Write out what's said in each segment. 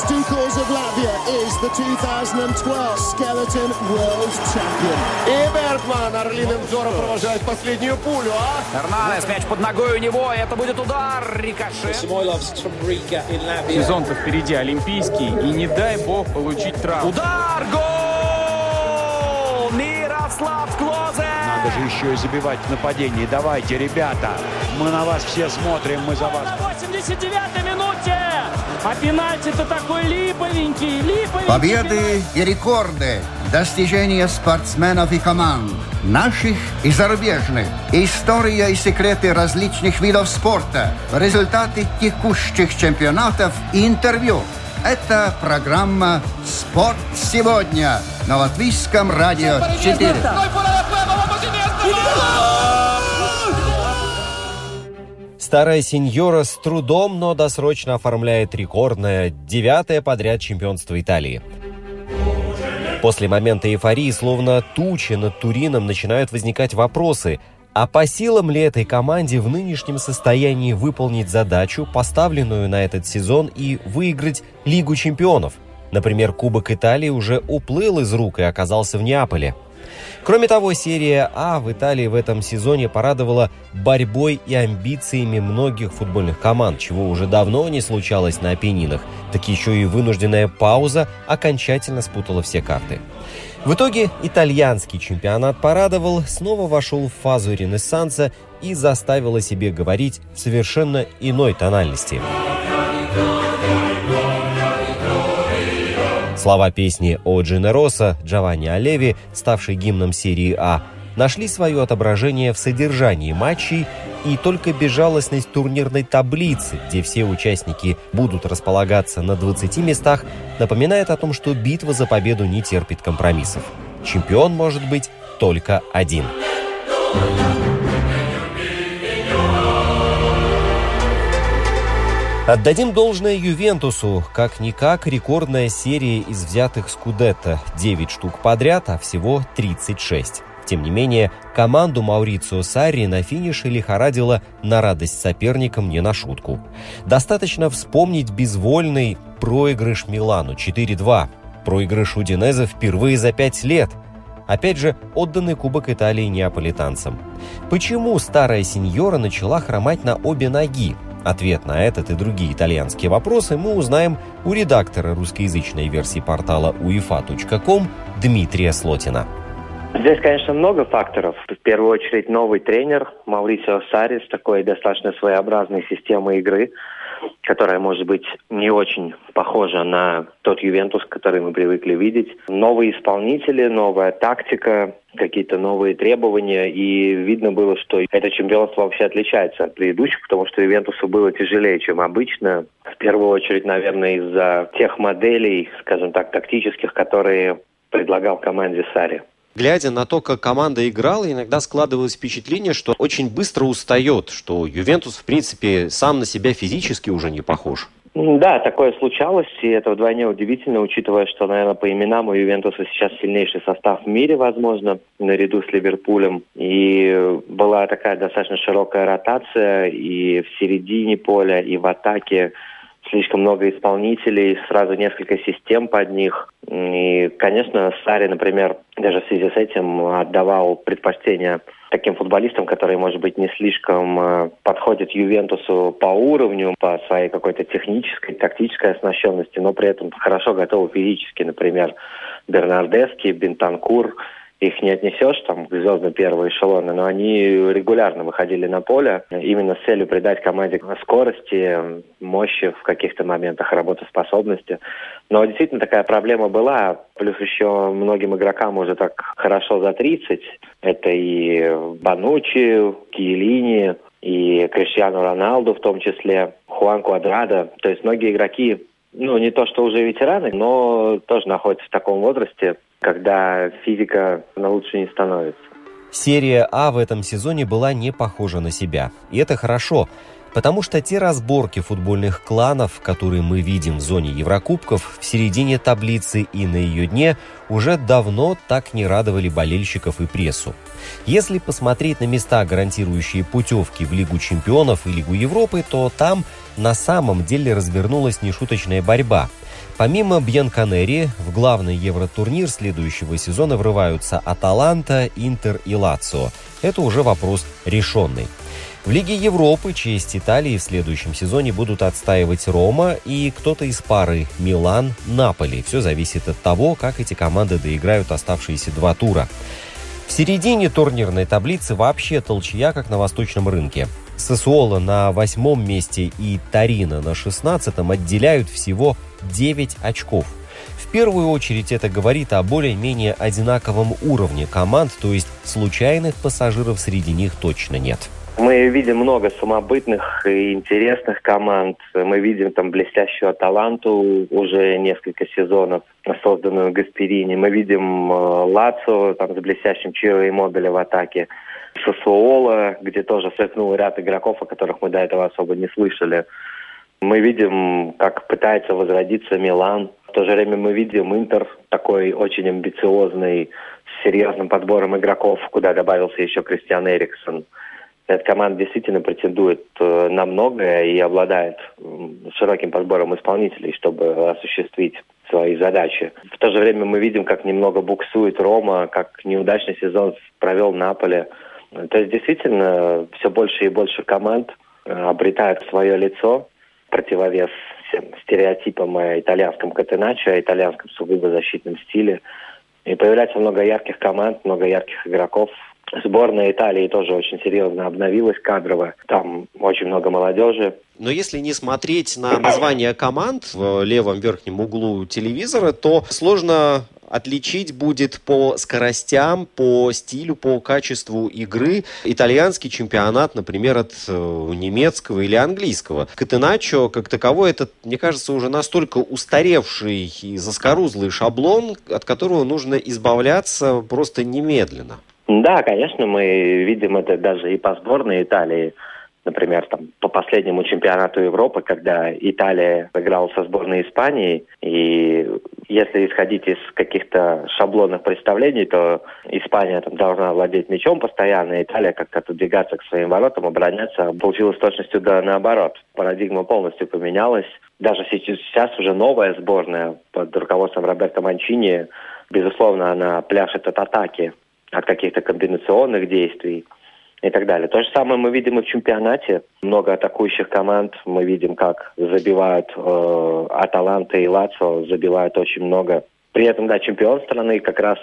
Stukals of Latvia is the 2012 Skeleton World Champion. И Бергман орлиным взором провожает последнюю пулю, Эрнанес, мяч под ногой у него, это будет удар, рикошет. Сезон-то впереди олимпийский, и не дай бог получить травму. Удар, гол! Мирослав Клозе! Надо же еще и забивать в нападении. Давайте, ребята, мы на вас все смотрим, мы за вас. На 89-й минуте! А пенальти-то такой липовенький. Победы и рекорды, достижения спортсменов и команд, наших и зарубежных, история и секреты различных видов спорта, результаты текущих чемпионатов и интервью. Это программа «Спорт сегодня» на Латвийском радио 4. Старая сеньора с трудом, но досрочно оформляет рекордное 9-е подряд чемпионство Италии. После момента эйфории, словно тучи над Турином, начинают возникать вопросы, а по силам ли этой команде в нынешнем состоянии выполнить задачу, поставленную на этот сезон, и выиграть Лигу чемпионов? Например, Кубок Италии уже уплыл из рук и оказался в Неаполе. Кроме того, серия А в Италии в этом сезоне порадовала борьбой и амбициями многих футбольных команд, чего уже давно не случалось на Апеннинах. Так еще и вынужденная пауза окончательно спутала все карты. В итоге итальянский чемпионат порадовал, снова вошел в фазу ренессанса и заставил о себе говорить в совершенно иной тональности. Слова песни «О Дженероса» Джованни Алеви, ставшей гимном серии А, нашли свое отображение в содержании матчей, и только безжалостность турнирной таблицы, где все участники будут располагаться на 20 местах, напоминает о том, что битва за победу не терпит компромиссов. Чемпион может быть только один. Отдадим должное Ювентусу. Как-никак рекордная серия из взятых скудетто. 9 штук подряд, а всего 36. Тем не менее, команду Маурицио Сарри на финише лихорадило на радость соперникам не на шутку. Достаточно вспомнить безвольный проигрыш Милану 4-2. Проигрыш Удинезе впервые за 5 лет. Опять же, отданный Кубок Италии неаполитанцам. Почему старая сеньора начала хромать на обе ноги? Ответ на этот и другие итальянские вопросы мы узнаем у редактора русскоязычной версии портала uefa.com Дмитрия Слотина. Здесь, конечно, много факторов. В первую очередь новый тренер Маурицио Сарри с такой достаточно своеобразной системой игры, которая, может быть, не очень похожа на тот Ювентус, который мы привыкли видеть. Новые исполнители, новая тактика, какие-то новые требования, и видно было, что это чемпионство вообще отличается от предыдущих, потому что Ювентусу было тяжелее, чем обычно. В первую очередь, наверное, из-за тех моделей, скажем так, тактических, которые предлагал команде Сарри. Глядя на то, как команда играла, иногда складывалось впечатление, что очень быстро устает, что Ювентус, в принципе, сам на себя физически уже не похож. Да, такое случалось, и это вдвойне удивительно, учитывая, что, наверное, по именам у Ювентуса сейчас сильнейший состав в мире, возможно, наряду с Ливерпулем. И была такая достаточно широкая ротация и в середине поля, и в атаке. Слишком много исполнителей, сразу несколько систем под них. И, конечно, Сарри, например, даже в связи с этим отдавал предпочтение таким футболистам, которые, может быть, не слишком подходят Ювентусу по уровню, по своей какой-то технической, тактической оснащенности, но при этом хорошо готовы физически. Например, Бернардески, Бентанкур. Их не отнесешь там к звездам первого эшелона, но они регулярно выходили на поле именно с целью придать команде скорости, мощи в каких-то моментах, работоспособности. Но действительно такая проблема была. Плюс еще многим игрокам уже так хорошо за 30. Это и Бануччи, Киелини, и Криштиану Роналду в том числе, Хуан Квадрадо. То есть многие игроки, не то что уже ветераны, но тоже находятся в таком возрасте, когда физика лучше не становится. Серия А в этом сезоне была не похожа на себя. И это хорошо. Потому что те разборки футбольных кланов, которые мы видим в зоне Еврокубков, в середине таблицы и на ее дне, уже давно так не радовали болельщиков и прессу. Если посмотреть на места, гарантирующие путевки в Лигу чемпионов и Лигу Европы, то там на самом деле развернулась нешуточная борьба. Помимо Бьянконери, в главный евротурнир следующего сезона врываются Аталанта, Интер и Лацио. Это уже вопрос решенный. В Лиге Европы честь Италии в следующем сезоне будут отстаивать Рома и кто-то из пары Милан-Наполи. Все зависит от того, как эти команды доиграют оставшиеся 2 тура. В середине турнирной таблицы вообще толчья, как на восточном рынке. Сассуоло на 8-м месте и Торино на 16-м отделяют всего 9 очков. В первую очередь это говорит о более-менее одинаковом уровне команд, то есть случайных пассажиров среди них точно нет. Мы видим много самобытных и интересных команд. Мы видим там блестящую Аталанту уже несколько сезонов, созданную Гасперини. Мы видим Лацио там с блестящим Чиро Иммобиле в атаке. Сассуоло, где тоже сверкнул ряд игроков, о которых мы до этого особо не слышали. Мы видим, как пытается возродиться Милан. В то же время мы видим Интер, такой очень амбициозный, с серьезным подбором игроков, куда добавился еще Кристиан Эриксон. Эта команда действительно претендует на многое и обладает широким подбором исполнителей, чтобы осуществить свои задачи. В то же время мы видим, как немного буксует Рома, как неудачный сезон провел Наполи. То есть действительно все больше и больше команд обретают свое лицо, противовес всем стереотипам о итальянском катеначо, о итальянском сугубо защитном стиле. И появляется много ярких команд, много ярких игроков. Сборная Италии тоже очень серьезно обновилась кадрово. Там очень много молодежи. Но если не смотреть на название команд в левом верхнем углу телевизора, то сложно отличить будет по скоростям, по стилю, по качеству игры итальянский чемпионат, например, от немецкого или английского. Катеначо, как таковой, это, мне кажется, уже настолько устаревший и заскорузлый шаблон, от которого нужно избавляться просто немедленно. Да, конечно, мы видим это даже и по сборной Италии. Например, там, по последнему чемпионату Европы, когда Италия играла со сборной Испании, и если исходить из каких-то шаблонных представлений, то Испания там должна владеть мячом постоянно, и Италия как-то отодвигаться к своим воротам, обороняться. Получилось точностью да наоборот. Парадигма полностью поменялась. Даже сейчас уже новая сборная под руководством Роберто Манчини, безусловно, она пляшет от атаки, от каких-то комбинационных действий и так далее. То же самое мы видим и в чемпионате. Много атакующих команд. Мы видим, как забивают Аталанта и Лацио, забивают очень много. При этом, да, чемпион страны как раз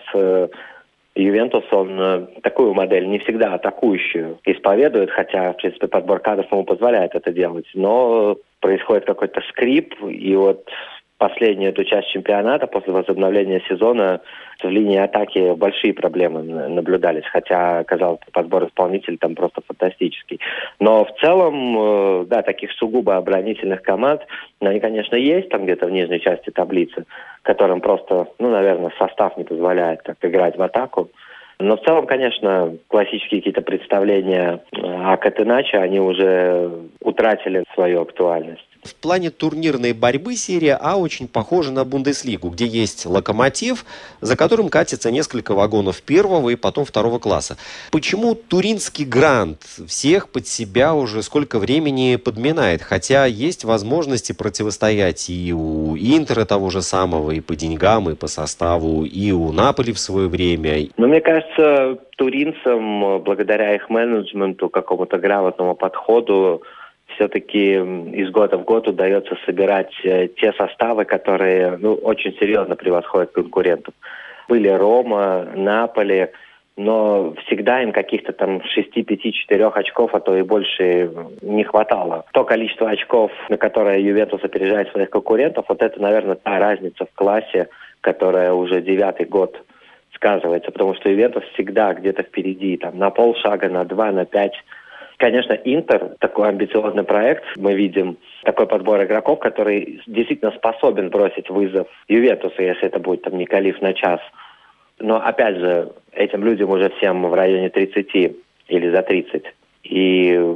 Ювентус, он такую модель не всегда атакующую исповедует, хотя, в принципе, подбор кадров ему позволяет это делать. Но происходит какой-то скрип, и вот последнюю эту часть чемпионата, после возобновления сезона, в линии атаки большие проблемы наблюдались, хотя, казалось, подбор исполнителей там просто фантастический. Но в целом, да, таких сугубо оборонительных команд, они, конечно, есть там где-то в нижней части таблицы, которым просто, наверное, состав не позволяет так играть в атаку. Но в целом, конечно, классические какие-то представления о катеначо, они уже утратили свою актуальность. В плане турнирной борьбы серия А очень похожа на Бундеслигу, где есть Локомотив, за которым катится несколько вагонов первого и потом второго класса. Почему туринский грант всех под себя уже сколько времени подминает? Хотя есть возможности противостоять и у Интера того же самого, и по деньгам, и по составу, и у Наполи в свое время. Но мне кажется, туринцам, благодаря их менеджменту, какому-то грамотному подходу, все-таки из года в год удается собирать те составы, которые очень серьезно превосходят конкурентов. Были Рома, Наполи, но всегда им каких-то там 6, 5, 4 очков, а то и больше не хватало. То количество очков, на которое Ювентус опережает своих конкурентов, вот это, наверное, та разница в классе, которая уже 9-й год сказывается, потому что Ювентус всегда где-то впереди, там, на полшага, на 2, на 5. Конечно, Интер, такой амбициозный проект, мы видим такой подбор игроков, который действительно способен бросить вызов Ювентусу, если это будет там не Калиф на час. Но, опять же, этим людям уже всем в районе 30 или за 30. И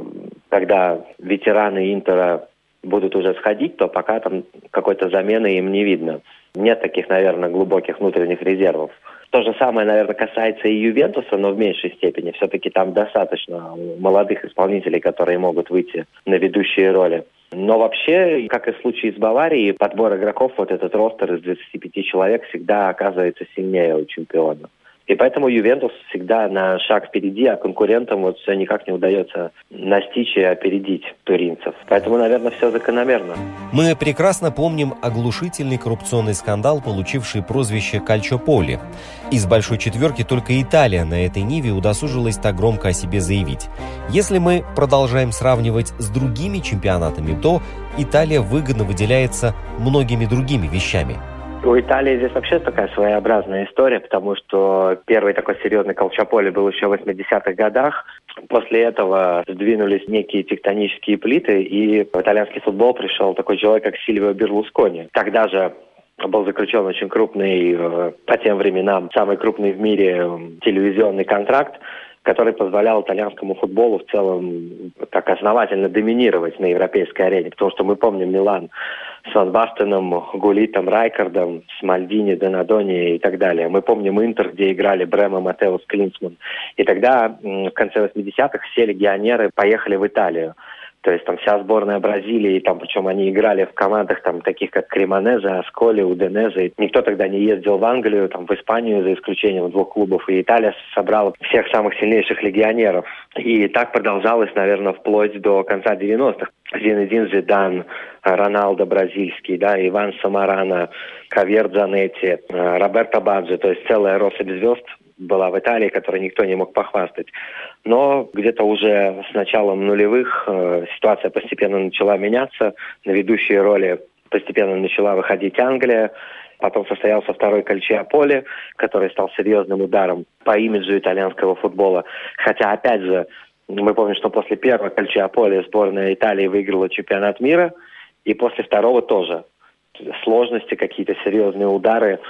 когда ветераны Интера будут уже сходить, то пока там какой-то замены им не видно. Нет таких, наверное, глубоких внутренних резервов. То же самое, наверное, касается и Ювентуса, но в меньшей степени. Все-таки там достаточно молодых исполнителей, которые могут выйти на ведущие роли. Но вообще, как и в случае с Баварией, подбор игроков, вот этот ростер из 25 человек всегда оказывается сильнее у чемпиона. И поэтому Ювентус всегда на шаг впереди, а конкурентам вот все никак не удается настичь и опередить туринцев. Поэтому, наверное, все закономерно. Мы прекрасно помним оглушительный коррупционный скандал, получивший прозвище «Кальчополи». Из «Большой четверки» только Италия на этой ниве удосужилась так громко о себе заявить. Если мы продолжаем сравнивать с другими чемпионатами, то Италия выгодно выделяется многими другими вещами. У Италии здесь вообще такая своеобразная история, потому что первый такой серьезный Кальчополи был еще в 80-х годах. После этого сдвинулись некие тектонические плиты, и в итальянский футбол пришел такой человек, как Сильвио Берлускони. Тогда же был заключен очень крупный, по тем временам, самый крупный в мире телевизионный контракт, который позволял итальянскому футболу в целом так основательно доминировать на европейской арене. Потому что мы помним Милан с Ван Бастеном, Гулитом, Райкардом, с Мальдини, Донадони и так далее. Мы помним Интер, где играли Брема, Матеус, Клинсман. И тогда, в конце 80-х, все легионеры поехали в Италию. То есть там вся сборная Бразилии, там, причем они играли в командах там, таких как Кремонезе, Асколи, Удинезе. Никто тогда не ездил в Англию, там, в Испанию, за исключением 2 клубов. И Италия собрала всех самых сильнейших легионеров. И так продолжалось, наверное, вплоть до конца 90-х. Зинедин Зидан, Роналдо бразильский, да, Иван Самарано, Хавьер Дзанетти, Роберто Баджи. То есть целая россыпь звезд была в Италии, которой никто не мог похвастать. Но где-то уже с началом нулевых ситуация постепенно начала меняться. На ведущие роли постепенно начала выходить Англия. Потом состоялся второй Кальчиополи, который стал серьезным ударом по имиджу итальянского футбола. Хотя, опять же, мы помним, что после первого Кальчиополи сборная Италии выиграла чемпионат мира, и после второго тоже. Сложности, какие-то серьезные удары,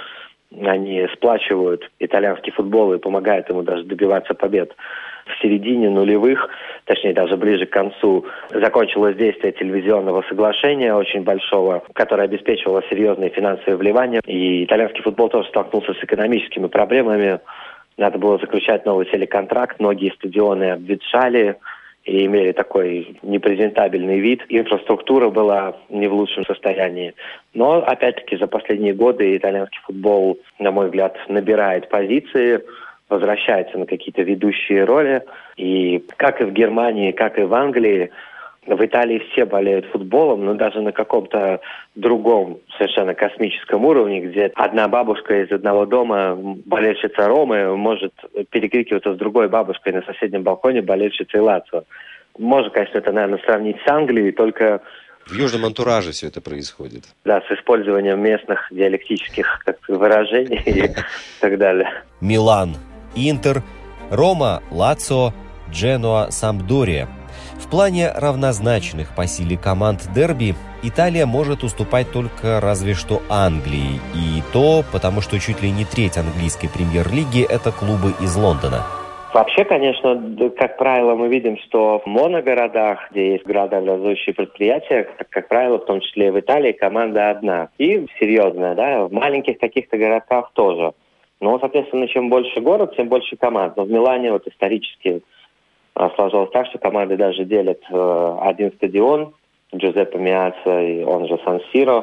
они сплачивают итальянский футбол и помогают ему даже добиваться побед. В середине нулевых, точнее даже ближе к концу, закончилось действие телевизионного соглашения очень большого, которое обеспечивало серьезные финансовые вливания. И итальянский футбол тоже столкнулся с экономическими проблемами. Надо было заключать новый телеконтракт, многие стадионы обветшали и имели такой непрезентабельный вид. Инфраструктура была не в лучшем состоянии. Но, опять-таки, за последние годы итальянский футбол, на мой взгляд, набирает позиции, возвращается на какие-то ведущие роли. И как и в Германии, как и в Англии, в Италии все болеют футболом, но даже на каком-то другом, совершенно космическом уровне, где одна бабушка из одного дома, болельщица Ромы, может перекрикиваться с другой бабушкой на соседнем балконе, болельщицей Лацио. Можно, конечно, это, наверное, сравнить с Англией, только... В южном антураже все это происходит. Да, с использованием местных диалектических выражений и так далее. Милан, Интер, Рома, Лацио, Дженуа, Сампдория. В плане равнозначных по силе команд дерби Италия может уступать только разве что Англии. И то потому, что чуть ли не треть английской премьер-лиги – это клубы из Лондона. Вообще, конечно, как правило, мы видим, что в моногородах, где есть градообразующие предприятия, как правило, в том числе и в Италии, команда одна. И серьезная, да, в маленьких каких-то городках тоже. Но, соответственно, чем больше город, тем больше команд. Но в Милане вот исторически сложилось так, что команды даже делят один стадион, Джузеппе Меаццо, и он же Сан-Сиро.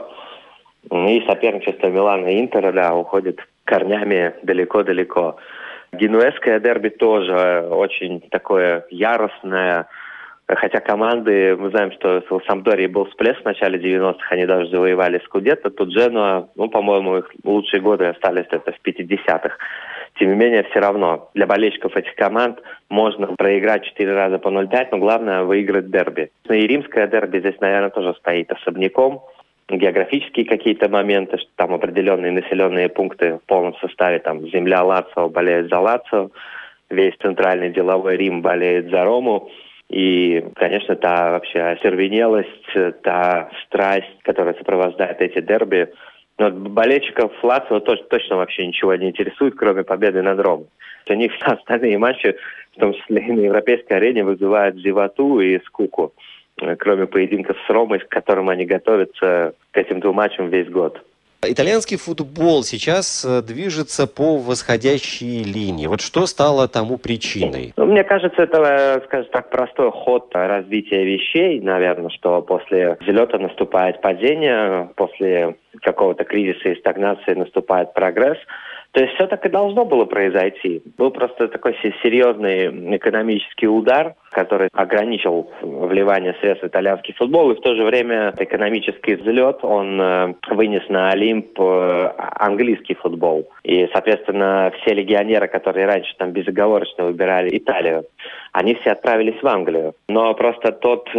И соперничество Милана и Интера, да, уходит корнями далеко-далеко. Генуэзское дерби тоже очень такое яростное. Хотя команды, мы знаем, что в Сампдории был всплеск в начале 90-х, они даже завоевали Скудетто. Тут Дженуа, по-моему, их лучшие годы остались это в 50-х. Тем не менее, все равно для болельщиков этих команд можно проиграть 4 раза по 0-5, но главное выиграть дерби. И римское дерби здесь, наверное, тоже стоит особняком. Географические какие-то моменты, что там определенные населенные пункты в полном составе, там земля Лацио болеет за Лацио, весь центральный деловой Рим болеет за Рому. И, конечно, та вообще остервенелость, та страсть, которая сопровождает эти дерби, Но болельщиков Лацио точно вообще ничего не интересует, кроме победы над Ромой. У них остальные матчи, в том числе и на европейской арене, вызывают зевоту и скуку, кроме поединков с Ромой, к которым они готовятся к этим двум матчам весь год. Итальянский футбол сейчас движется по восходящей линии. Вот что стало тому причиной? Мне кажется, это, скажем так, простой ход развития вещей. Наверное, что после взлета наступает падение, после какого-то кризиса и стагнации наступает прогресс. То есть все так и должно было произойти. Был просто такой серьезный экономический удар, который ограничил вливание средств в итальянский футбол. И в то же время экономический взлет, он вынес на Олимп английский футбол. И, соответственно, все легионеры, которые раньше там безоговорочно выбирали Италию, они все отправились в Англию. Но просто тот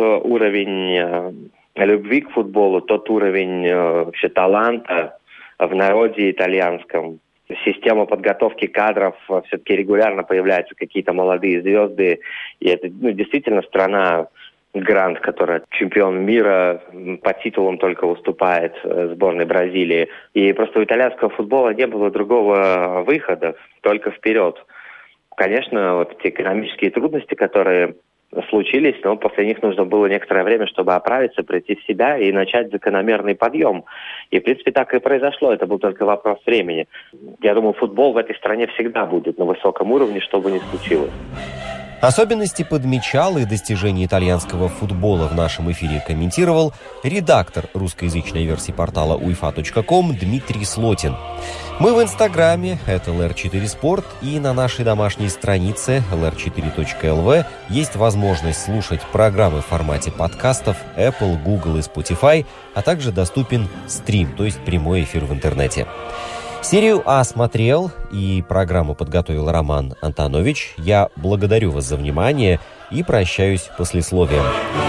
уровень любви к футболу, тот уровень вообще таланта в народе итальянском, система подготовки кадров, все-таки регулярно появляются какие-то молодые звезды. И это действительно страна грант, которая чемпион мира, по титулам только выступает сборной Бразилии. И просто у итальянского футбола не было другого выхода, только вперед. Конечно, вот эти экономические трудности, которые случились, но после них нужно было некоторое время, чтобы оправиться, прийти в себя и начать закономерный подъем. И, в принципе, так и произошло. Это был только вопрос времени. Я думаю, футбол в этой стране всегда будет на высоком уровне, что бы ни случилось. Особенности подмечал и достижения итальянского футбола в нашем эфире комментировал редактор русскоязычной версии портала uefa.com Дмитрий Слотин. Мы в Инстаграме, это LR4 Sport, и на нашей домашней странице lr4.lv есть возможность слушать программы в формате подкастов Apple, Google и Spotify, а также доступен стрим, то есть прямой эфир в интернете. Серию А смотрел и программу подготовил Роман Антонович. Я благодарю вас за внимание и прощаюсь послесловием.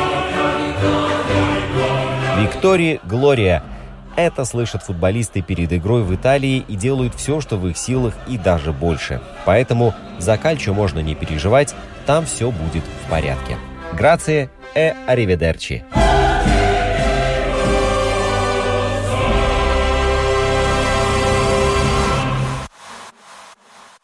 Виктория Глория. Это слышат футболисты перед игрой в Италии и делают все, что в их силах, и даже больше. Поэтому за Кальчо можно не переживать, там все будет в порядке. Грация e arrivederci.